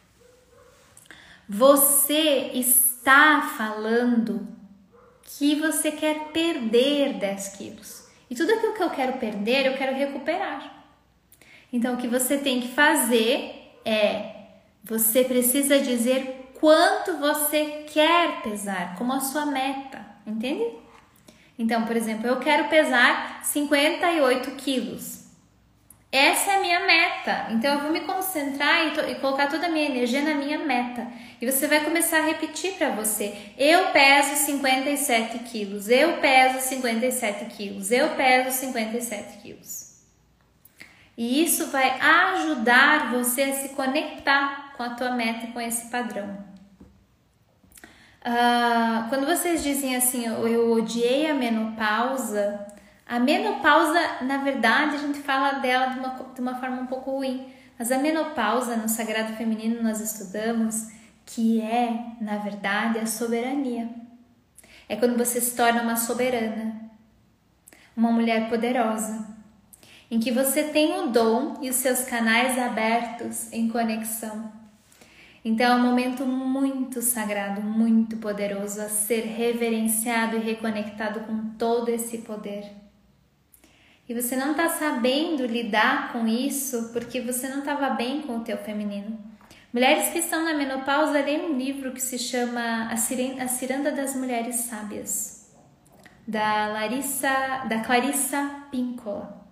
você está falando que você quer perder 10 quilos. E tudo aquilo que eu quero perder, eu quero recuperar. Então, o que você tem que fazer você precisa dizer quanto você quer pesar, como a sua meta, entende? Então, por exemplo, eu quero pesar 58 quilos. Essa é a minha meta. Então, eu vou me concentrar e colocar toda a minha energia na minha meta. E você vai começar a repetir para você. Eu peso 57 quilos. Eu peso 57 quilos. Eu peso 57 quilos. E isso vai ajudar você a se conectar com a tua meta e com esse padrão. Quando vocês dizem assim, eu odiei a menopausa, na verdade, a gente fala dela de uma forma um pouco ruim. Mas a menopausa, no Sagrado Feminino, nós estudamos que na verdade, a soberania. É quando você se torna uma soberana, uma mulher poderosa, em que você tem o dom e os seus canais abertos em conexão. Então é um momento muito sagrado, muito poderoso a ser reverenciado e reconectado com todo esse poder. E você não está sabendo lidar com isso porque você não estava bem com o teu feminino. Mulheres que estão na menopausa, leem um livro que se chama A Ciranda das Mulheres Sábias, da Clarissa Pinkola.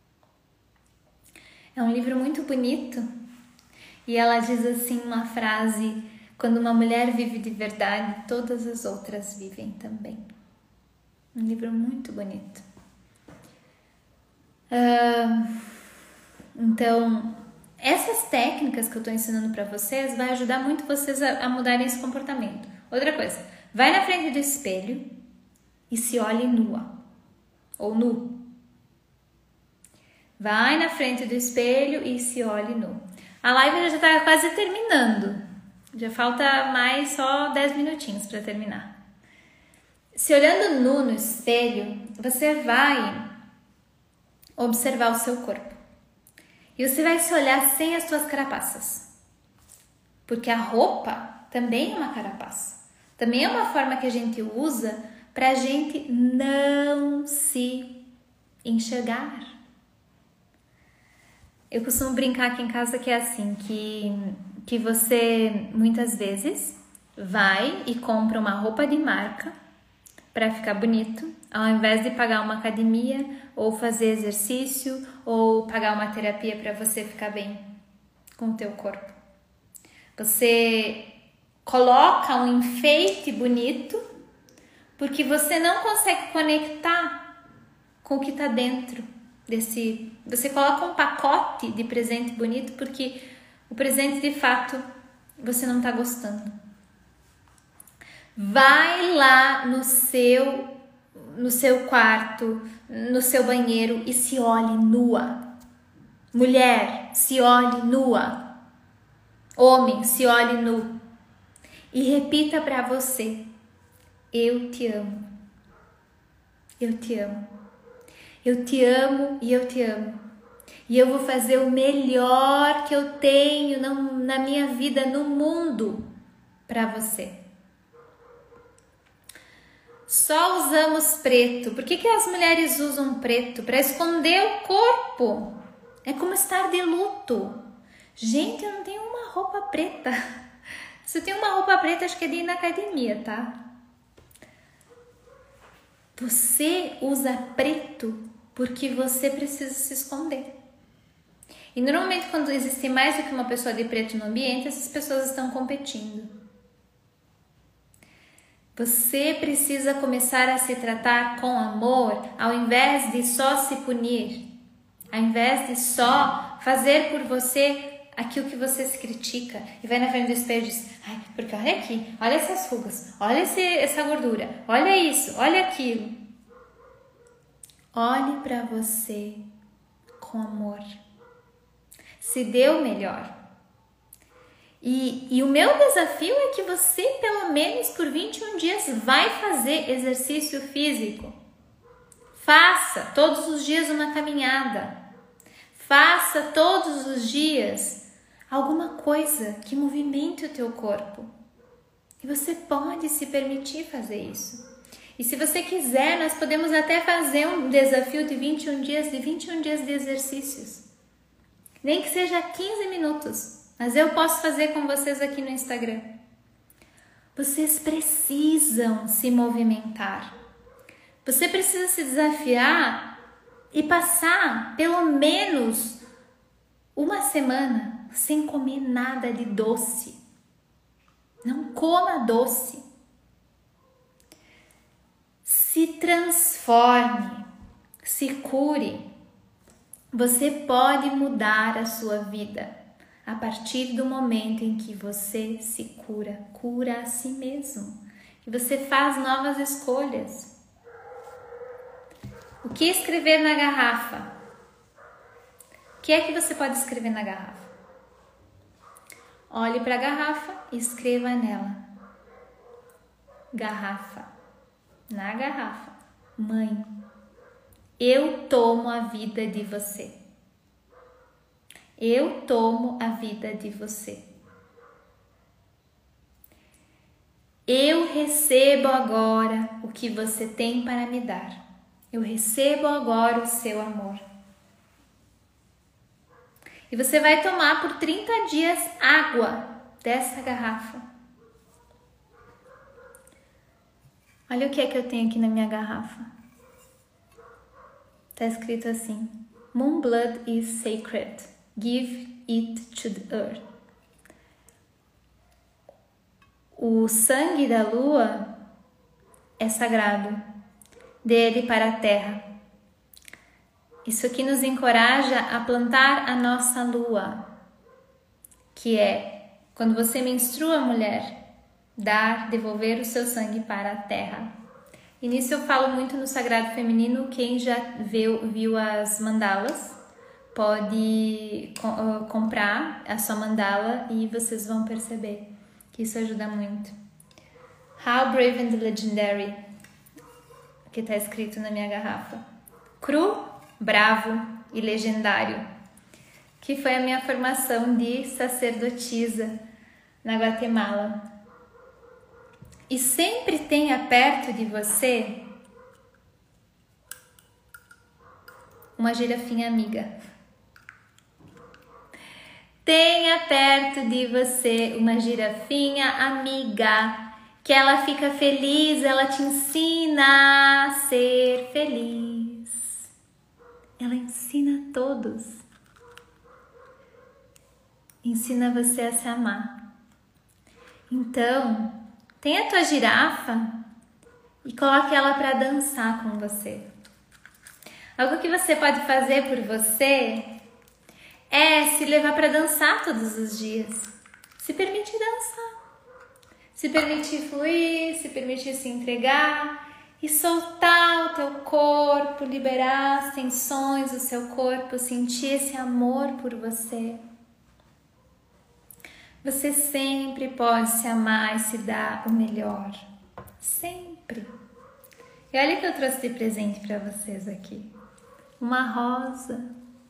É um livro muito bonito. E ela diz assim uma frase: quando uma mulher vive de verdade, todas as outras vivem também. Um livro muito bonito. Então, essas técnicas que eu estou ensinando para vocês vai ajudar muito vocês a mudarem esse comportamento. Outra coisa, vai na frente do espelho e se olhe nua ou nu. Vai na frente do espelho e se olhe nu. A live já está quase terminando. Já falta mais só 10 minutinhos para terminar. Se olhando nu no espelho, você vai observar o seu corpo. E você vai se olhar sem as suas carapaças. Porque a roupa também é uma carapaça. Também é uma forma que a gente usa para a gente não se enxergar. Eu costumo brincar aqui em casa que é assim, que você muitas vezes vai e compra uma roupa de marca para ficar bonito, ao invés de pagar uma academia ou fazer exercício ou pagar uma terapia para você ficar bem com o teu corpo. Você coloca um enfeite bonito porque você não consegue conectar com o que está dentro. Você coloca um pacote de presente bonito porque o presente de fato você não está gostando. Vai lá no seu quarto, no seu banheiro e se olhe nua. Mulher, se olhe nua. Homem, se olhe nu. E repita para você: eu te amo. Eu te amo. Eu te amo e eu te amo. E eu vou fazer o melhor que eu tenho na minha vida, no mundo, para você. Só usamos preto. Por que as mulheres usam preto? Para esconder o corpo. É como estar de luto. Gente, eu não tenho uma roupa preta. Se eu tenho uma roupa preta, acho que é de ir na academia, tá? Você usa preto porque você precisa se esconder. E normalmente quando existe mais do que uma pessoa de preto no ambiente, essas pessoas estão competindo. Você precisa começar a se tratar com amor, ao invés de só se punir, ao invés de só fazer por você aquilo que você se critica e vai na frente do espelho e diz: ai, porque olha aqui, olha essas rugas, olha essa gordura, olha isso, olha aquilo. Olhe para você com amor. Se dê o melhor. E o meu desafio é que você, pelo menos por 21 dias, vai fazer exercício físico. Faça todos os dias uma caminhada. Faça todos os dias alguma coisa que movimente o teu corpo. E você pode se permitir fazer isso. E se você quiser, nós podemos até fazer um desafio de 21 dias de exercícios. Nem que seja 15 minutos. Mas eu posso fazer com vocês aqui no Instagram. Vocês precisam se movimentar. Você precisa se desafiar e passar pelo menos uma semana sem comer nada de doce. Não coma doce. Se transforme, se cure. Você pode mudar a sua vida a partir do momento em que você se cura a si mesmo. E você faz novas escolhas. O que escrever na garrafa? O que é que você pode escrever na garrafa? Olhe para a garrafa e escreva nela. Garrafa. Na garrafa. Mãe, eu tomo a vida de você. Eu tomo a vida de você. Eu recebo agora o que você tem para me dar. Eu recebo agora o seu amor. E você vai tomar por 30 dias água dessa garrafa. Olha o que é que eu tenho aqui na minha garrafa. Está escrito assim: Moon blood is sacred. Give it to the earth. O sangue da lua é sagrado, dele para a terra. Isso aqui nos encoraja a plantar a nossa lua, que é quando você menstrua, mulher, devolver o seu sangue para a terra. E nisso eu falo muito no Sagrado Feminino. Quem já viu as mandalas pode comprar a sua mandala e vocês vão perceber que isso ajuda muito. How brave and legendary, que está escrito na minha garrafa. Cru, bravo e legendário, que foi a minha formação de sacerdotisa na Guatemala. E sempre tenha perto de você uma girafinha amiga. Tenha perto de você uma girafinha amiga, que ela fica feliz, ela te ensina a ser feliz. Ela ensina a todos. Ensina você a se amar. Então, tenha a tua girafa e coloque ela para dançar com você. Algo que você pode fazer por você é se levar para dançar todos os dias. Se permitir dançar. Se permitir fluir, se permitir se entregar e soltar o teu corpo, liberar as tensões do seu corpo, sentir esse amor por você. Você sempre pode se amar e se dar o melhor. Sempre. E olha o que eu trouxe de presente para vocês aqui. Uma rosa.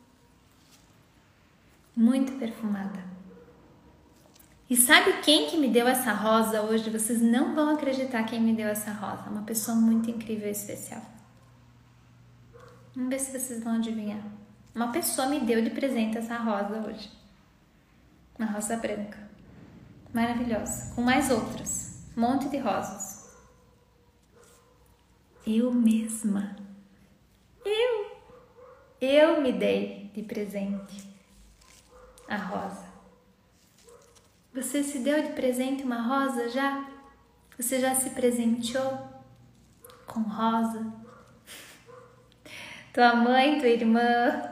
Muito perfumada. E sabe quem que me deu essa rosa hoje? Vocês não vão acreditar quem me deu essa rosa. Uma pessoa muito incrível e especial. Vamos ver se vocês vão adivinhar. Uma pessoa me deu de presente essa rosa hoje. Uma rosa branca. Maravilhosa. Com mais outras. Um monte de rosas. Eu mesma. Eu me dei de presente a rosa. Você se deu de presente uma rosa já? Você já se presenteou com rosa? Tua mãe, tua irmã?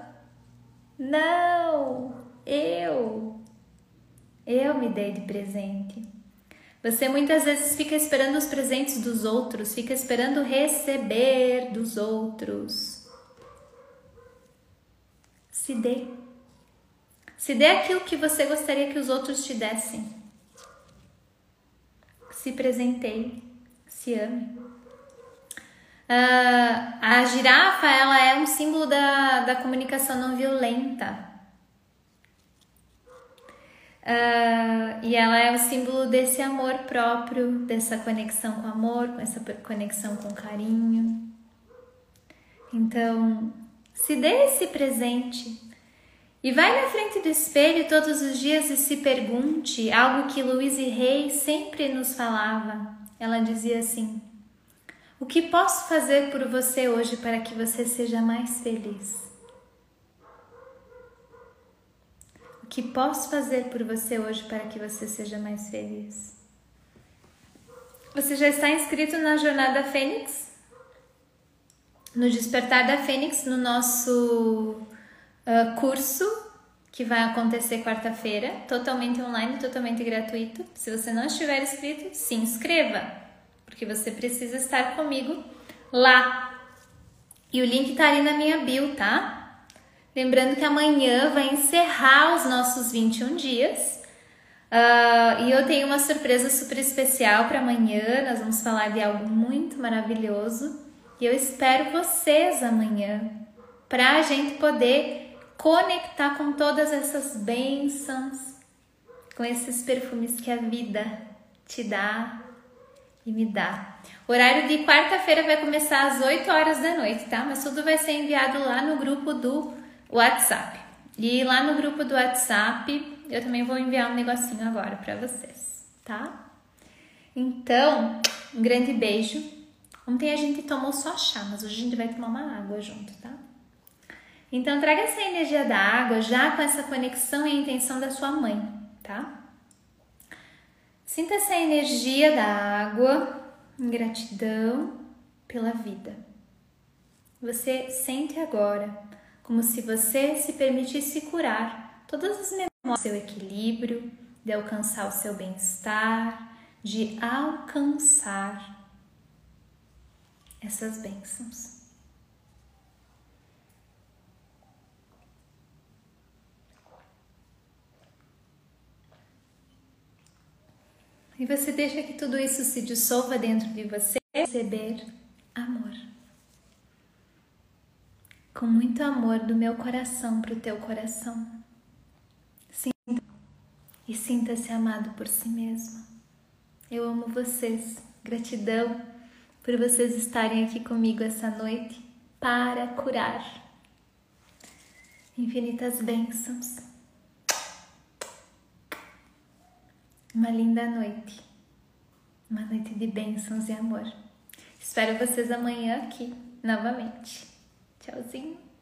Não! Eu me dei de presente. Você muitas vezes fica esperando os presentes dos outros, fica esperando receber dos outros. Se dê. Se dê aquilo que você gostaria que os outros te dessem. Se presenteie, se ame. A girafa, ela é um símbolo da comunicação não violenta. E ela é o símbolo desse amor próprio, dessa conexão com amor, com essa conexão com carinho. Então, se dê esse presente. E vai na frente do espelho todos os dias e se pergunte algo que Louise Hay sempre nos falava. Ela dizia assim: o que posso fazer por você hoje para que você seja mais feliz? O que posso fazer por você hoje para que você seja mais feliz? Você já está inscrito na Jornada Fênix? No Despertar da Fênix, no nosso curso que vai acontecer quarta-feira, totalmente online, totalmente gratuito. Se você não estiver inscrito, se inscreva, porque você precisa estar comigo lá. E o link tá ali na minha bio, tá? Lembrando que amanhã vai encerrar os nossos 21 dias. E eu tenho uma surpresa super especial para amanhã. Nós vamos falar de algo muito maravilhoso. E eu espero vocês amanhã para a gente poder conectar com todas essas bênçãos, com esses perfumes que a vida te dá e me dá. O horário de quarta-feira vai começar às 8 horas da noite, tá? Mas tudo vai ser enviado lá no grupo do WhatsApp. E lá no grupo do WhatsApp eu também vou enviar um negocinho agora para vocês, tá? Então, um grande beijo. Ontem a gente tomou só chá, mas hoje a gente vai tomar uma água junto, tá? Então, traga essa energia da água já com essa conexão e intenção da sua mãe, tá? Sinta essa energia da água em gratidão pela vida. Você sente agora como se você se permitisse curar todas as memórias do seu equilíbrio, de alcançar o seu bem-estar, de alcançar essas bênçãos. E você deixa que tudo isso se dissolva dentro de você, receber amor. Com muito amor do meu coração para o teu coração. Sinta e sinta-se amado por si mesmo. Eu amo vocês. Gratidão por vocês estarem aqui comigo essa noite para curar. Infinitas bênçãos. Uma linda noite. Uma noite de bênçãos e amor. Espero vocês amanhã aqui, novamente. Tchauzinho.